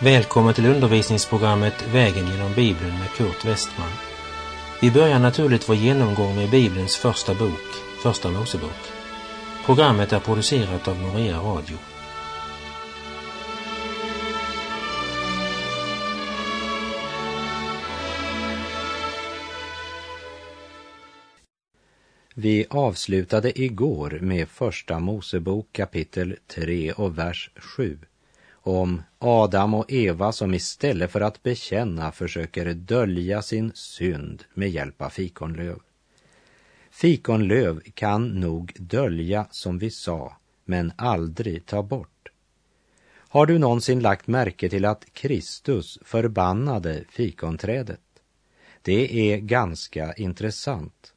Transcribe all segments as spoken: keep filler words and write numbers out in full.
Välkommen till undervisningsprogrammet Vägen genom Bibeln med Kurt Westman. Vi börjar naturligt vår genomgång med Bibelns första bok, Första Mosebok. Programmet är producerat av Norea Radio. Vi avslutade igår med Första Mosebok kapitel tre och vers sju om Adam och Eva som istället för att bekänna försöker dölja sin synd med hjälp av fikonlöv. Fikonlöv kan nog dölja som vi sa, men aldrig ta bort. Har du någonsin lagt märke till att Kristus förbannade fikonträdet? Det är ganska intressant.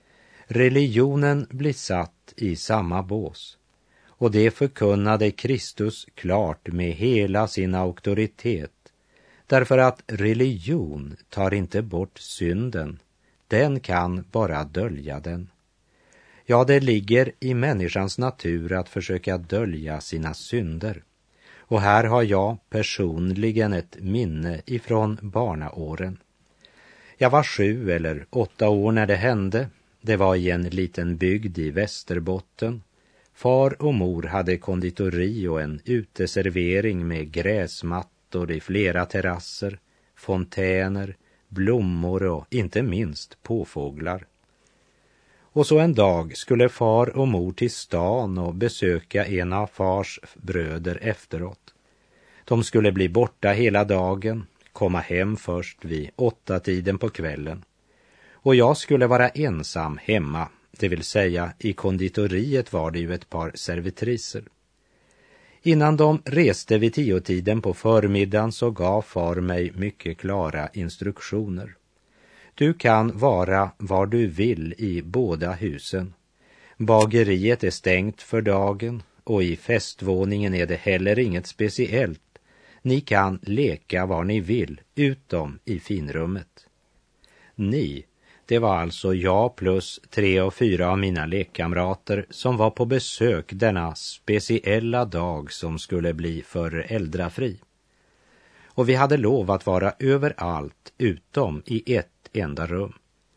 Religionen blir satt i samma bås, och det förkunnade Kristus klart med hela sin auktoritet, därför att religion tar inte bort synden, den kan bara dölja den. Ja, det ligger i människans natur att försöka dölja sina synder. Och här har jag personligen ett minne ifrån barnaåren. Jag var sju eller åtta år när det hände. Det var i en liten bygd i Västerbotten. Far och mor hade konditori och en uteservering med gräsmattor i flera terrasser, fontäner, blommor och inte minst påfåglar. Och så en dag skulle far och mor till stan och besöka en av fars bröder efteråt. De skulle bli borta hela dagen, komma hem först vid åtta tiden på kvällen. Och jag skulle vara ensam hemma, det vill säga i konditoriet var det ju ett par servitriser. Innan de reste vid tiotiden på förmiddagen så gav far mig mycket klara instruktioner. Du kan vara var du vill i båda husen. Bageriet är stängt för dagen och i festvåningen är det heller inget speciellt. Ni kan leka var ni vill, utom i finrummet. Ni, det var alltså jag plus tre och fyra av mina lekkamrater som var på besök denna speciella dag som skulle bli föräldrafri. Och vi hade lov att vara överallt utom i ett enda rum.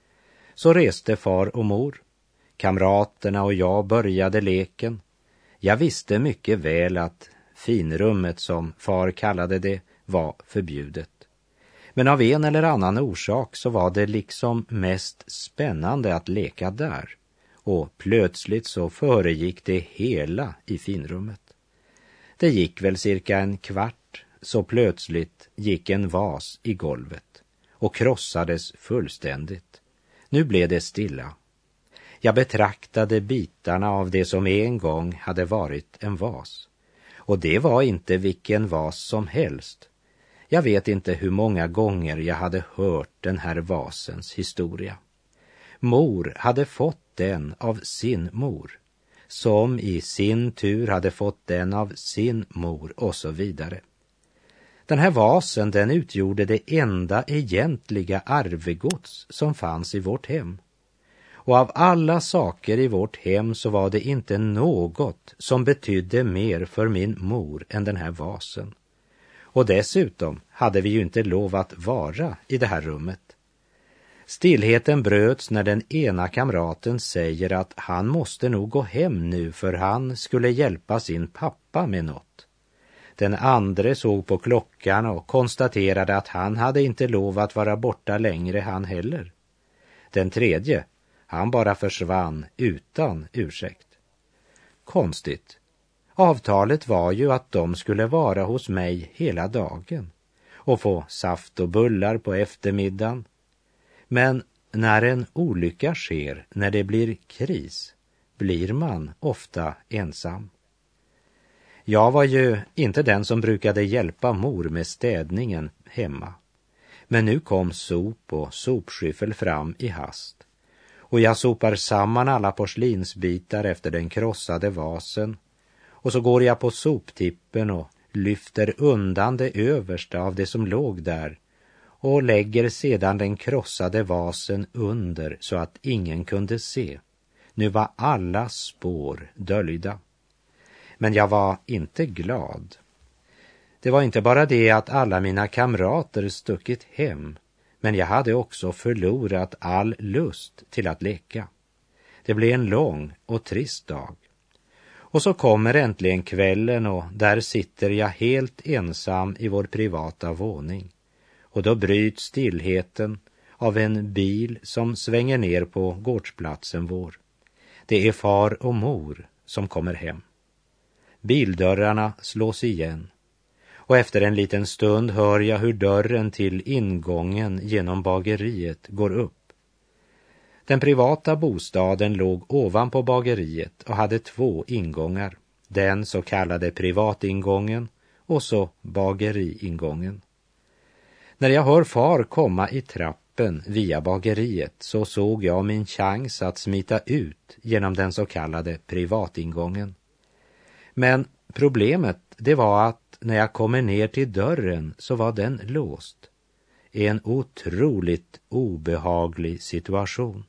Så reste far och mor. Kamraterna och jag började leken. Jag visste mycket väl att finrummet, som far kallade det, var förbjudet. Men av en eller annan orsak så var det liksom mest spännande att leka där. Och plötsligt så föregick det hela i finrummet. Det gick väl cirka en kvart så plötsligt gick en vas i golvet och krossades fullständigt. Nu blev det stilla. Jag betraktade bitarna av det som en gång hade varit en vas. Och det var inte vilken vas som helst. Jag vet inte hur många gånger jag hade hört den här vasens historia. Mor hade fått den av sin mor, som i sin tur hade fått den av sin mor och så vidare. Den här vasen, den utgjorde det enda egentliga arvegods som fanns i vårt hem. Och av alla saker i vårt hem så var det inte något som betydde mer för min mor än den här vasen. Och dessutom hade vi ju inte lov att vara i det här rummet. Stillheten bröts när den ena kamraten säger att han måste nog gå hem nu för han skulle hjälpa sin pappa med något. Den andra såg på klockan och konstaterade att han hade inte lov att vara borta längre han heller. Den tredje, han bara försvann utan ursäkt. Konstigt. Avtalet var ju att de skulle vara hos mig hela dagen och få saft och bullar på eftermiddagen. Men när en olycka sker, när det blir kris, blir man ofta ensam. Jag var ju inte den som brukade hjälpa mor med städningen hemma. Men nu kom sop och sopskyffel fram i hast. Och jag sopar samman alla porslinsbitar efter den krossade vasen. Och så går jag på soptippen och lyfter undan det översta av det som låg där och lägger sedan den krossade vasen under så att ingen kunde se. Nu var alla spår döljda. Men jag var inte glad. Det var inte bara det att alla mina kamrater stuckit hem, men jag hade också förlorat all lust till att leka. Det blev en lång och trist dag. Och så kommer äntligen kvällen och där sitter jag helt ensam i vår privata våning. Och då bryts stillheten av en bil som svänger ner på gårdsplatsen vår. Det är far och mor som kommer hem. Bildörrarna slås igen. Och efter en liten stund hör jag hur dörren till ingången genom bageriet går upp. Den privata bostaden låg ovanpå bageriet och hade två ingångar. Den så kallade privatingången och så bageriingången. När jag hör far komma i trappen via bageriet så såg jag min chans att smita ut genom den så kallade privatingången. Men problemet det var att när jag kommer ner till dörren så var den låst. En otroligt obehaglig situation.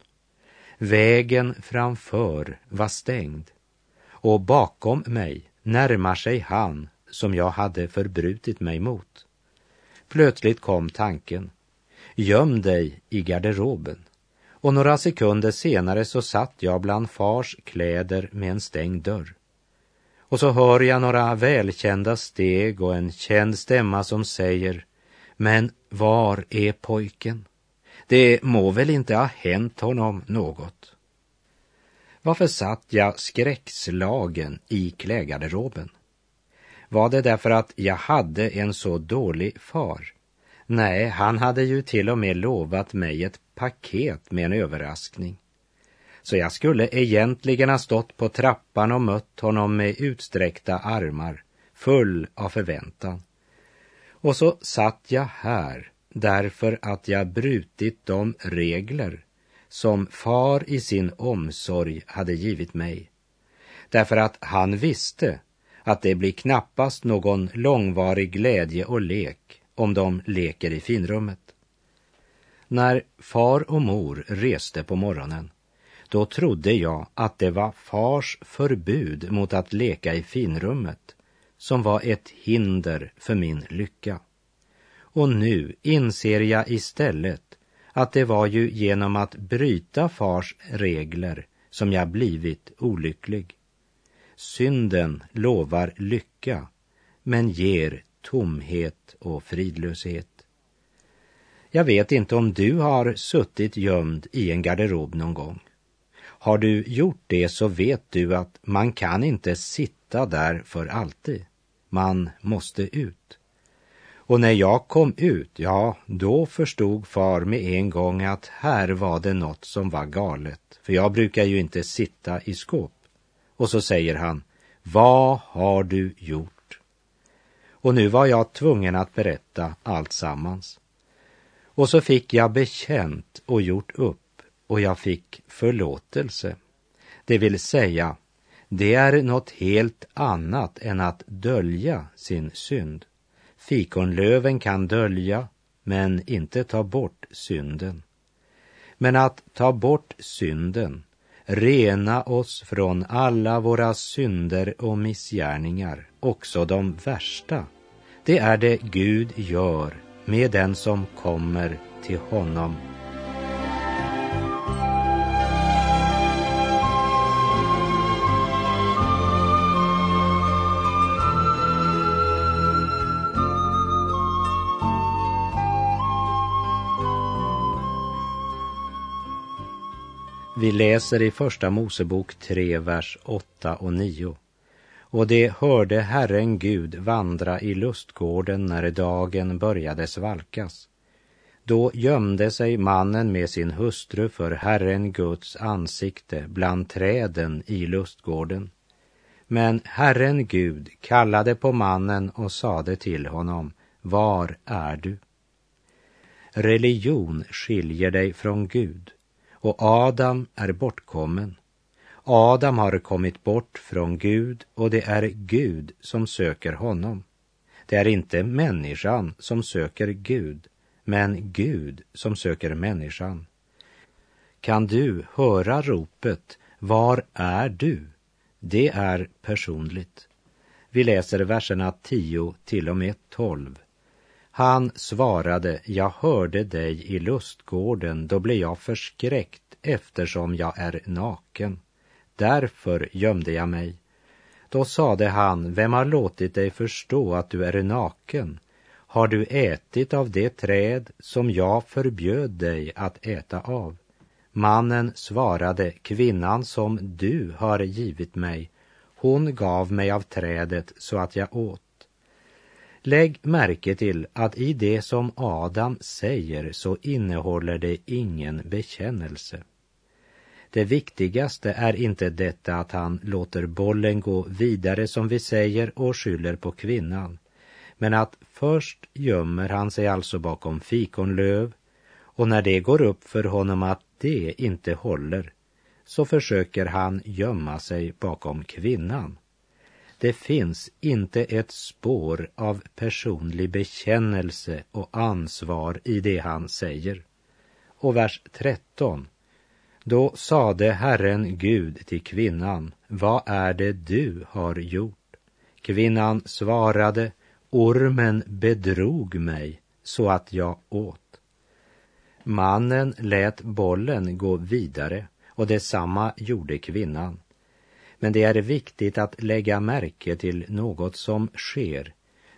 Vägen framför var stängd och bakom mig närmar sig han som jag hade förbrutit mig mot. Plötsligt kom tanken, göm dig i garderoben. Och några sekunder senare så satt jag bland fars kläder med en stängd dörr. Och så hör jag några välkända steg och en känd stämma som säger, men var är pojken? Det må väl inte ha hänt honom något. Varför satt jag skräckslagen i klädgarderoben? Var det därför att jag hade en så dålig far? Nej, han hade ju till och med lovat mig ett paket med en överraskning. Så jag skulle egentligen ha stått på trappan och mött honom med utsträckta armar, full av förväntan. Och så satt jag här därför att jag brutit de regler som far i sin omsorg hade givit mig. Därför att han visste att det blir knappast någon långvarig glädje och lek om de leker i finrummet. När far och mor reste på morgonen, då trodde jag att det var fars förbud mot att leka i finrummet som var ett hinder för min lycka. Och nu inser jag istället att det var ju genom att bryta fars regler som jag blivit olycklig. Synden lovar lycka, men ger tomhet och fridlöshet. Jag vet inte om du har suttit gömd i en garderob någon gång. Har du gjort det så vet du att man kan inte sitta där för alltid. Man måste ut. Och när jag kom ut, ja, då förstod far med en gång att här var det något som var galet. För jag brukar ju inte sitta i skåp. Och så säger han, vad har du gjort? Och nu var jag tvungen att berätta allt sammans. Och så fick jag bekänt och gjort upp, och jag fick förlåtelse. Det vill säga, det är något helt annat än att dölja sin synd. Fikonlöven kan dölja, men inte ta bort synden. Men att ta bort synden, rena oss från alla våra synder och missgärningar, också de värsta, det är det Gud gör med den som kommer till honom. Vi läser i första Mosebok tre, vers åtta och nio. Och det hörde Herren Gud vandra i lustgården när dagen började svalkas. Då gömde sig mannen med sin hustru för Herren Guds ansikte bland träden i lustgården. Men Herren Gud kallade på mannen och sade till honom, var är du? Religion skiljer dig från Gud. Och Adam är bortkommen. Adam har kommit bort från Gud och det är Gud som söker honom. Det är inte människan som söker Gud, men Gud som söker människan. Kan du höra ropet, var är du? Det är personligt. Vi läser verserna tio till och med tolv. Han svarade, jag hörde dig i lustgården, då blev jag förskräckt eftersom jag är naken. Därför gömde jag mig. Då sade han, vem har låtit dig förstå att du är naken? Har du ätit av det träd som jag förbjöd dig att äta av? Mannen svarade, kvinnan som du har givit mig, hon gav mig av trädet så att jag åt. Lägg märke till att i det som Adam säger så innehåller det ingen bekännelse. Det viktigaste är inte detta att han låter bollen gå vidare som vi säger och skyller på kvinnan. Men att först gömmer han sig alltså bakom fikonlöv, och när det går upp för honom att det inte håller så försöker han gömma sig bakom kvinnan. Det finns inte ett spår av personlig bekännelse och ansvar i det han säger. Och vers tretton. Då sade Herren Gud till kvinnan, vad är det du har gjort? Kvinnan svarade, ormen bedrog mig så att jag åt. Mannen lät bollen gå vidare och detsamma gjorde kvinnan. Men det är viktigt att lägga märke till något som sker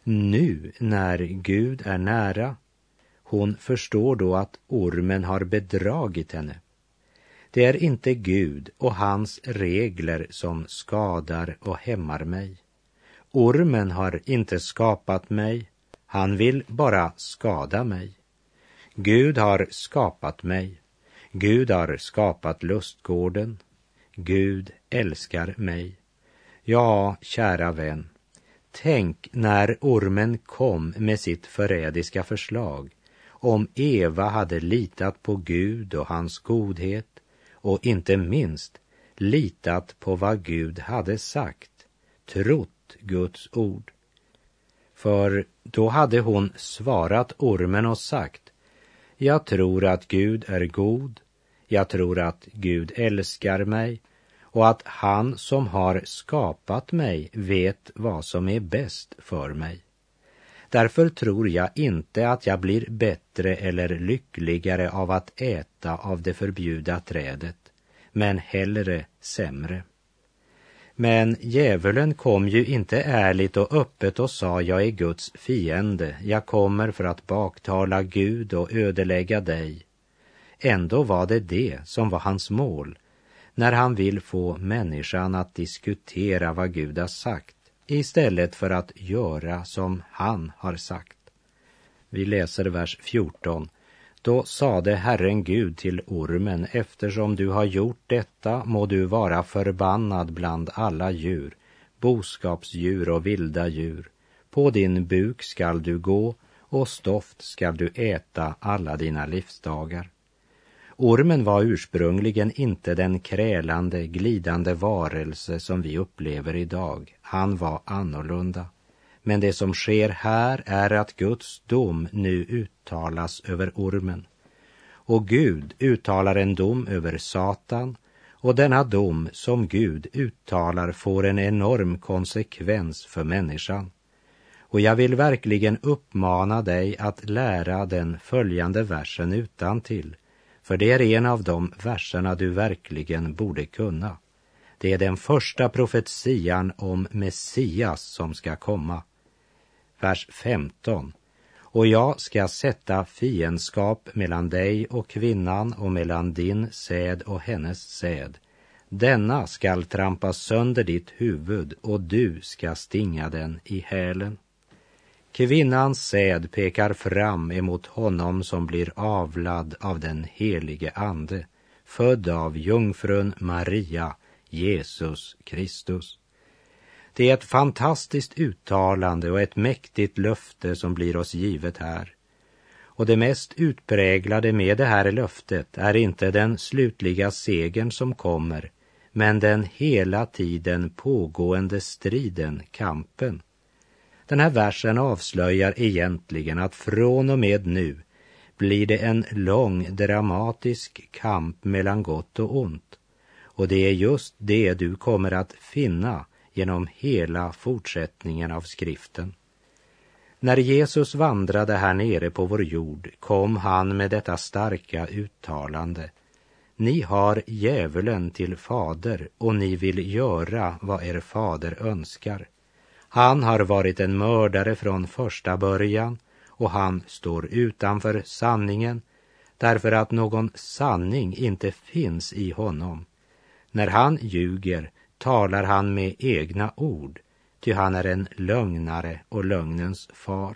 nu när Gud är nära. Hon förstår då att ormen har bedragit henne. Det är inte Gud och hans regler som skadar och hämmar mig. Ormen har inte skapat mig, han vill bara skada mig. Gud har skapat mig. Gud har skapat lustgården. Gud älskar mig. Ja, kära vän, tänk när ormen kom med sitt förrädiska förslag. Om Eva hade litat på Gud och hans godhet och inte minst litat på vad Gud hade sagt, trott Guds ord. För då hade hon svarat ormen och sagt, jag tror att Gud är god, jag tror att Gud älskar mig och att han som har skapat mig vet vad som är bäst för mig. Därför tror jag inte att jag blir bättre eller lyckligare av att äta av det förbjudna trädet, men hellre sämre. Men djävulen kom ju inte ärligt och öppet och sa, jag är Guds fiende, jag kommer för att baktala Gud och ödelägga dig. Ändå var det det som var hans mål, när han vill få människan att diskutera vad Gud har sagt, istället för att göra som han har sagt. Vi läser vers fjorton. Då sade Herren Gud till ormen, eftersom du har gjort detta må du vara förbannad bland alla djur, boskapsdjur och vilda djur. På din buk skall du gå och stoft skall du äta alla dina livsdagar. Ormen var ursprungligen inte den krälande, glidande varelse som vi upplever idag. Han var annorlunda. Men det som sker här är att Guds dom nu uttalas över ormen. Och Gud uttalar en dom över Satan, och denna dom som Gud uttalar får en enorm konsekvens för människan. Och jag vill verkligen uppmana dig att lära den följande versen utantill, för det är en av de verserna du verkligen borde kunna. Det är den första profetian om Messias som ska komma. Vers femton. Och jag ska sätta fiendskap mellan dig och kvinnan och mellan din säd och hennes säd. Denna skall trampa sönder ditt huvud och du ska stinga den i hälen. Kvinnans säd pekar fram emot honom som blir avlad av den helige ande, född av jungfrun Maria, Jesus Kristus. Det är ett fantastiskt uttalande och ett mäktigt löfte som blir oss givet här. Och det mest utpräglade med det här löftet är inte den slutliga segern som kommer, men den hela tiden pågående striden, kampen. Den här versen avslöjar egentligen att från och med nu blir det en lång dramatisk kamp mellan gott och ont. Och det är just det du kommer att finna genom hela fortsättningen av skriften. När Jesus vandrade här nere på vår jord kom han med detta starka uttalande: ni har djävulen till fader och ni vill göra vad er fader önskar. Han har varit en mördare från första början och han står utanför sanningen därför att någon sanning inte finns i honom. När han ljuger talar han med egna ord, ty han är en lögnare och lögnens far.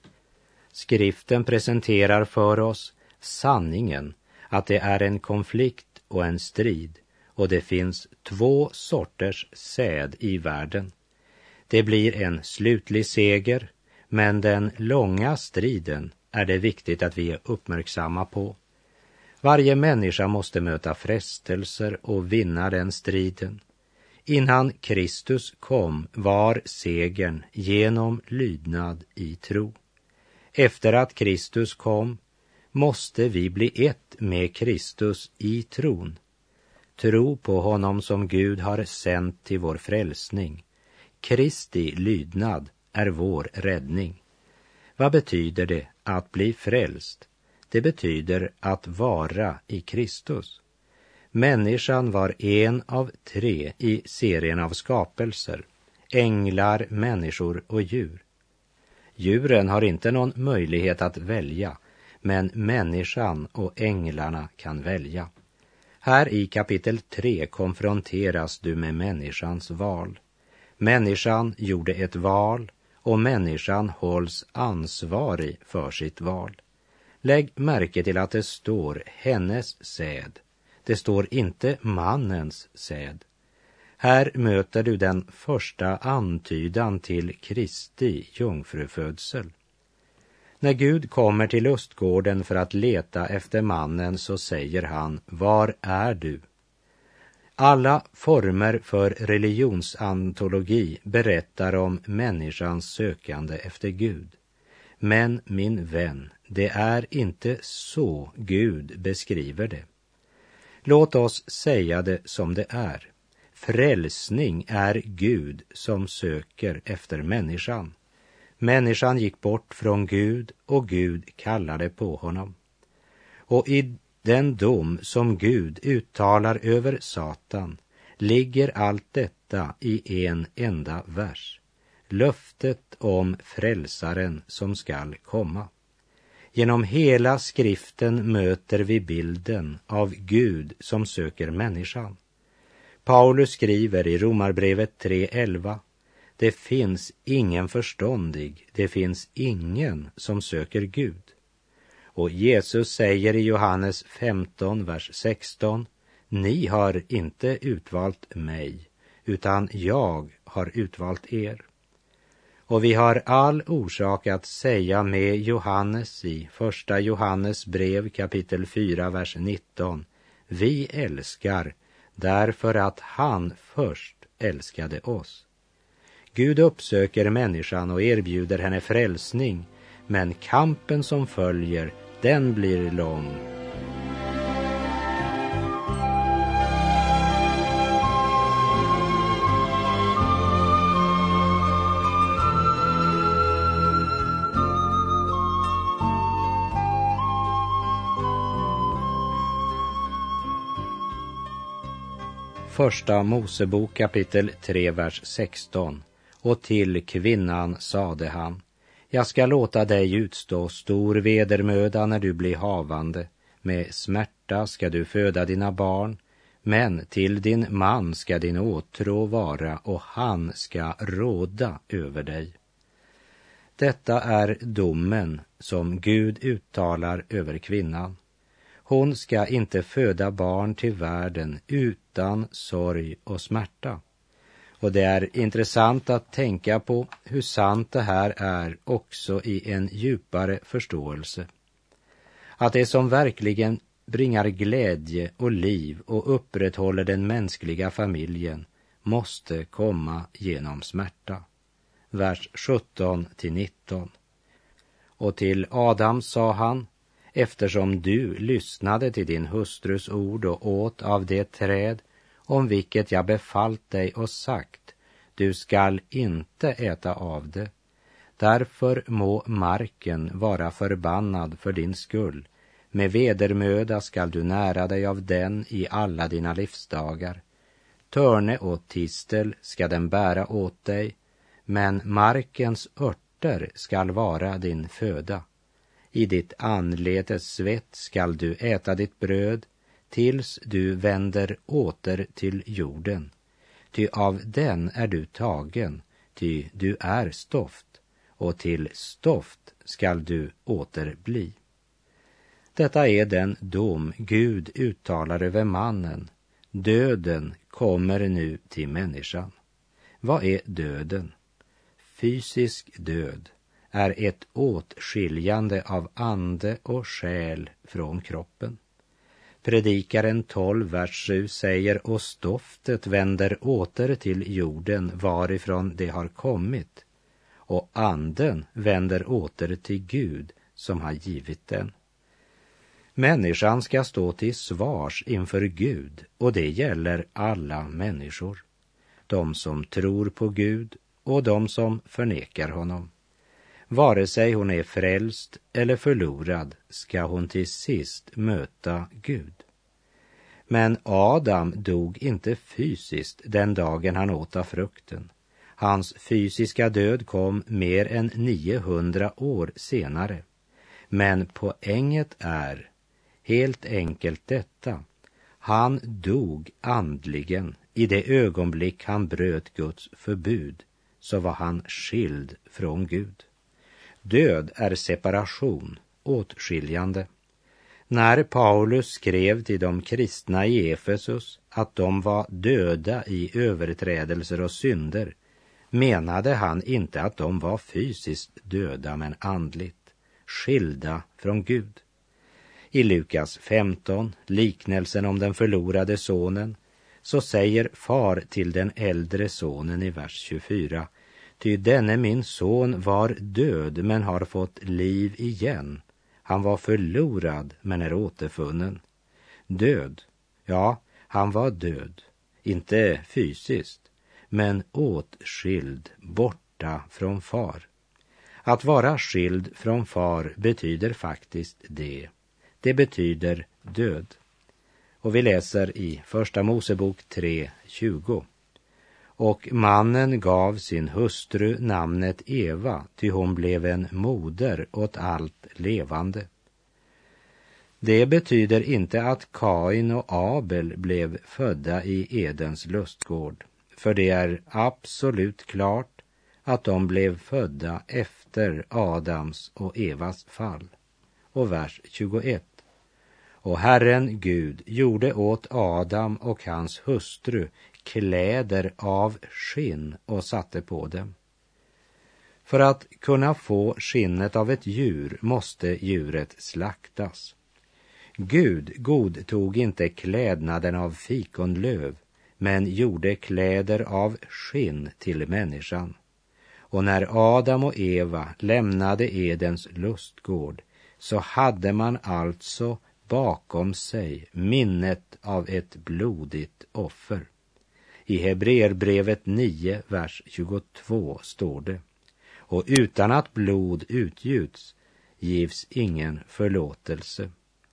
Skriften presenterar för oss sanningen, att det är en konflikt och en strid, och det finns två sorters säd i världen. Det blir en slutlig seger, men den långa striden är det viktigt att vi är uppmärksamma på. Varje människa måste möta frestelser och vinna den striden. Innan Kristus kom var segern genom lydnad i tro. Efter att Kristus kom måste vi bli ett med Kristus i tron. Tro på honom som Gud har sänt till vår frälsning. Kristi lydnad är vår räddning. Vad betyder det att bli frälst? Det betyder att vara i Kristus. Människan var en av tre i serien av skapelser: änglar, människor och djur. Djuren har inte någon möjlighet att välja, men människan och änglarna kan välja. Här i kapitel tre konfronteras du med människans val. Människan gjorde ett val och människan hålls ansvarig för sitt val. Lägg märke till att det står hennes säd. Det står inte mannens säd. Här möter du den första antydan till Kristi jungfrufödsel. När Gud kommer till lustgården för att leta efter mannen så säger han: var är du? Alla former för religionsantologi berättar om människans sökande efter Gud. Men min vän, det är inte så Gud beskriver det. Låt oss säga det som det är. Frälsning är Gud som söker efter människan. Människan gick bort från Gud och Gud kallade på honom. Och i den dom som Gud uttalar över Satan ligger allt detta i en enda vers. Löftet om frälsaren som skall komma. Genom hela skriften möter vi bilden av Gud som söker människan. Paulus skriver i Romarbrevet tre elva: det finns ingen förståndig, det finns ingen som söker Gud. Och Jesus säger i Johannes femton, vers sexton: ni har inte utvalt mig, utan jag har utvalt er. Och vi har all orsak att säga med Johannes i första Johannes brev kapitel fyra, vers nitton: vi älskar därför att han först älskade oss. Gud uppsöker människan och erbjuder henne frälsning, men kampen som följer, den blir lång. Första Mosebok kapitel tre, vers sexton. Och till kvinnan sade han: jag ska låta dig utstå stor vedermöda när du blir havande. Med smärta ska du föda dina barn, men till din man ska din åtrå vara och han ska råda över dig. Detta är domen som Gud uttalar över kvinnan. Hon ska inte föda barn till världen utan sorg och smärta. Och det är intressant att tänka på hur sant det här är också i en djupare förståelse. Att det som verkligen bringar glädje och liv och upprätthåller den mänskliga familjen måste komma genom smärta. Vers sjutton till nitton. Och till Adam sa han: eftersom du lyssnade till din hustrus ord och åt av det träd om vilket jag befallt dig och sagt: du skall inte äta av det. Därför må marken vara förbannad för din skull. Med vedermöda skall du nära dig av den i alla dina livsdagar. Törne och tistel ska den bära åt dig, men markens örter skall vara din föda. I ditt anletes svett skall du äta ditt bröd, tills du vänder åter till jorden. Ty av den är du tagen, ty du är stoft, och till stoft skall du åter bli. Detta är den dom Gud uttalar över mannen. Döden kommer nu till människan. Vad är döden? Fysisk död är ett åtskiljande av ande och själ från kroppen. Predikaren tolv, vers sju säger, och stoftet vänder åter till jorden varifrån det har kommit, och anden vänder åter till Gud som har givit den. Människan ska stå till svars inför Gud, och det gäller alla människor. De som tror på Gud och de som förnekar honom. Vare sig hon är frälst eller förlorad ska hon till sist möta Gud. Men Adam dog inte fysiskt den dagen han åt av frukten. Hans fysiska död kom mer än niohundra år senare. Men poänget är helt enkelt detta. Han dog andligen i det ögonblick han bröt Guds förbud, så var han skild från Gud. Död är separation, åtskiljande. När Paulus skrev till de kristna i Efesus att de var döda i överträdelser och synder, menade han inte att de var fysiskt döda men andligt, skilda från Gud. I Lukas femton, liknelsen om den förlorade sonen, så säger far till den äldre sonen i vers tjugofyra, ty denne min son var död men har fått liv igen. Han var förlorad men är återfunnen. Död, ja, han var död, inte fysiskt, men åtskild, borta från far. Att vara skild från far betyder faktiskt det. Det betyder död. Och vi läser i första Mosebok tre tjugo. Och mannen gav sin hustru namnet Eva, ty hon blev en moder åt allt levande. Det betyder inte att Kain och Abel blev födda i Edens lustgård, för det är absolut klart att de blev födda efter Adams och Evas fall. Och vers tjugoett. Och Herren Gud gjorde åt Adam och hans hustru kläder av skinn och satte på dem. För att kunna få skinnet av ett djur måste djuret slaktas. Gud godtog inte klädnaden av fikonlöv, men gjorde kläder av skinn till människan. Och när Adam och Eva lämnade Edens lustgård, så hade man alltså bakom sig minnet av ett blodigt offer. I Hebreerbrevet nio, vers tjugotvå står det: och utan att blod utgjuts givs ingen förlåtelse.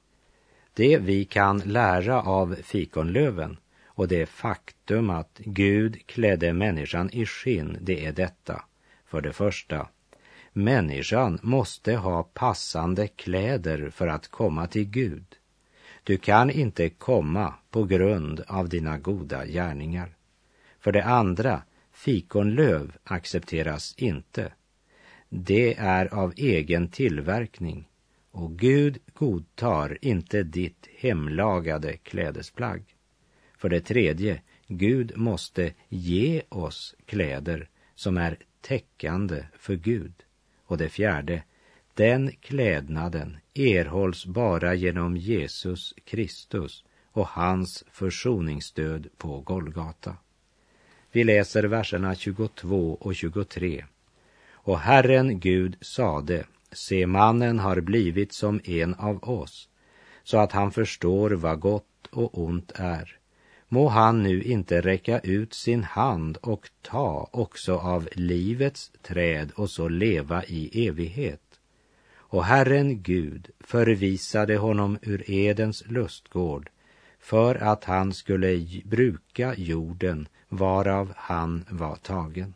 Det vi kan lära av fikonlöven och det faktum att Gud klädde människan i skinn, det är detta. För det första, människan måste ha passande kläder för att komma till Gud. Du kan inte komma på grund av dina goda gärningar. För det andra, fikonlöv accepteras inte. Det är av egen tillverkning, och Gud godtar inte ditt hemlagade klädesplagg. För det tredje, Gud måste ge oss kläder som är täckande för Gud. Och det fjärde, den klädnaden erhålls bara genom Jesus Kristus och hans försoningsdöd på Golgata. Vi läser verserna tjugotvå och tjugotre. Och Herren Gud sade, se, mannen har blivit som en av oss, så att han förstår vad gott och ont är. må han nu inte räcka ut sin hand och ta också av livets träd och så leva i evighet. Och Herren Gud förvisade honom ur Edens lustgård för att han skulle bruka jorden varav han var tagen.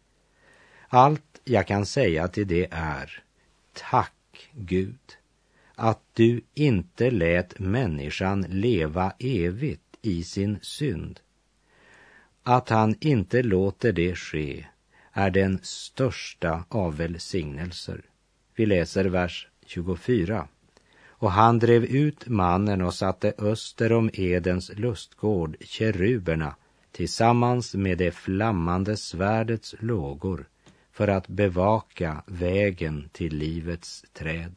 Allt jag kan säga till det är: tack Gud att du inte lät människan leva evigt i sin synd. Att han inte låter det ske är den största av välsignelser. Vi läser vers tjugofyra. Och han drev ut mannen och satte öster om Edens lustgård keruberna tillsammans med det flammande svärdets lågor för att bevaka vägen till livets träd.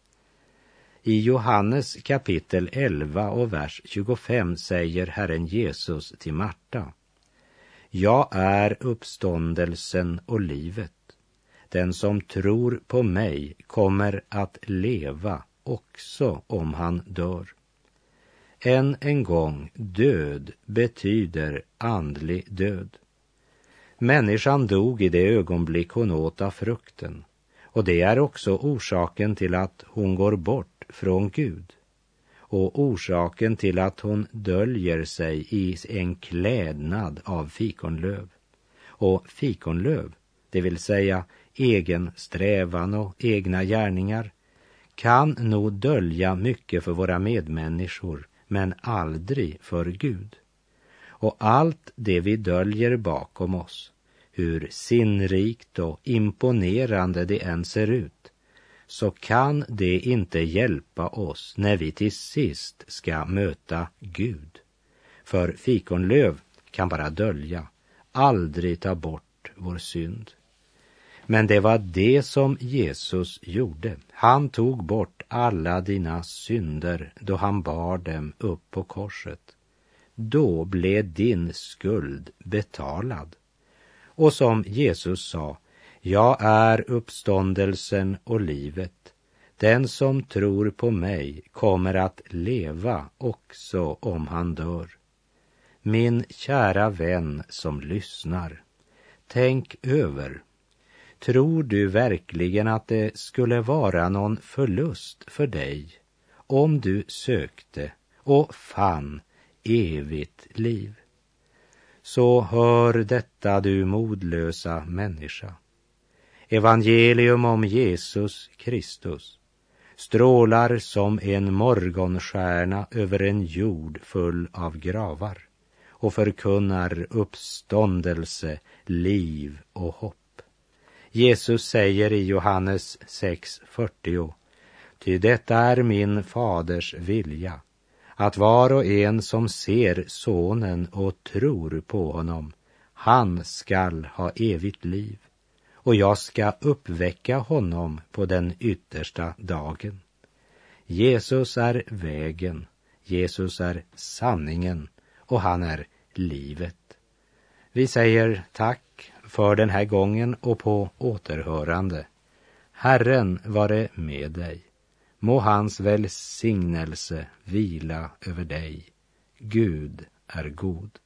I Johannes kapitel elva och vers tjugofem säger Herren Jesus till Marta: jag är uppståndelsen och livet. Den som tror på mig kommer att leva också om han dör. Än en gång, död betyder andlig död. Människan dog i det ögonblick hon åt av frukten, och det är också orsaken till att hon går bort från Gud och orsaken till att hon döljer sig i en klädnad av fikonlöv. Och fikonlöv, det vill säga egen strävan och egna gärningar, kan nog dölja mycket för våra medmänniskor, men aldrig för Gud. Och allt det vi döljer bakom oss, hur sinnrikt och imponerande det än ser ut, så kan det inte hjälpa oss när vi till sist ska möta Gud. För fikonlöv kan bara dölja, aldrig ta bort vår synd. Men det var det som Jesus gjorde. Han tog bort alla dina synder då han bar dem upp på korset. Då blev din skuld betalad. Och som Jesus sa: jag är uppståndelsen och livet. Den som tror på mig kommer att leva också om han dör. Min kära vän som lyssnar, tänk över. Tror du verkligen att det skulle vara någon förlust för dig om du sökte och fann evigt liv? Så hör detta, du modlösa människa. Evangelium om Jesus Kristus strålar som en morgonstjärna över en jord full av gravar och förkunnar uppståndelse, liv och hopp. Jesus säger i Johannes sex fyrtio: ty detta är min faders vilja, att var och en som ser sonen och tror på honom, han skall ha evigt liv, och jag ska uppväcka honom på den yttersta dagen. Jesus är vägen, Jesus är sanningen och han är livet. Vi säger tack för den här gången och på återhörande. Herren vare med dig. Må hans välsignelse vila över dig. Gud är god.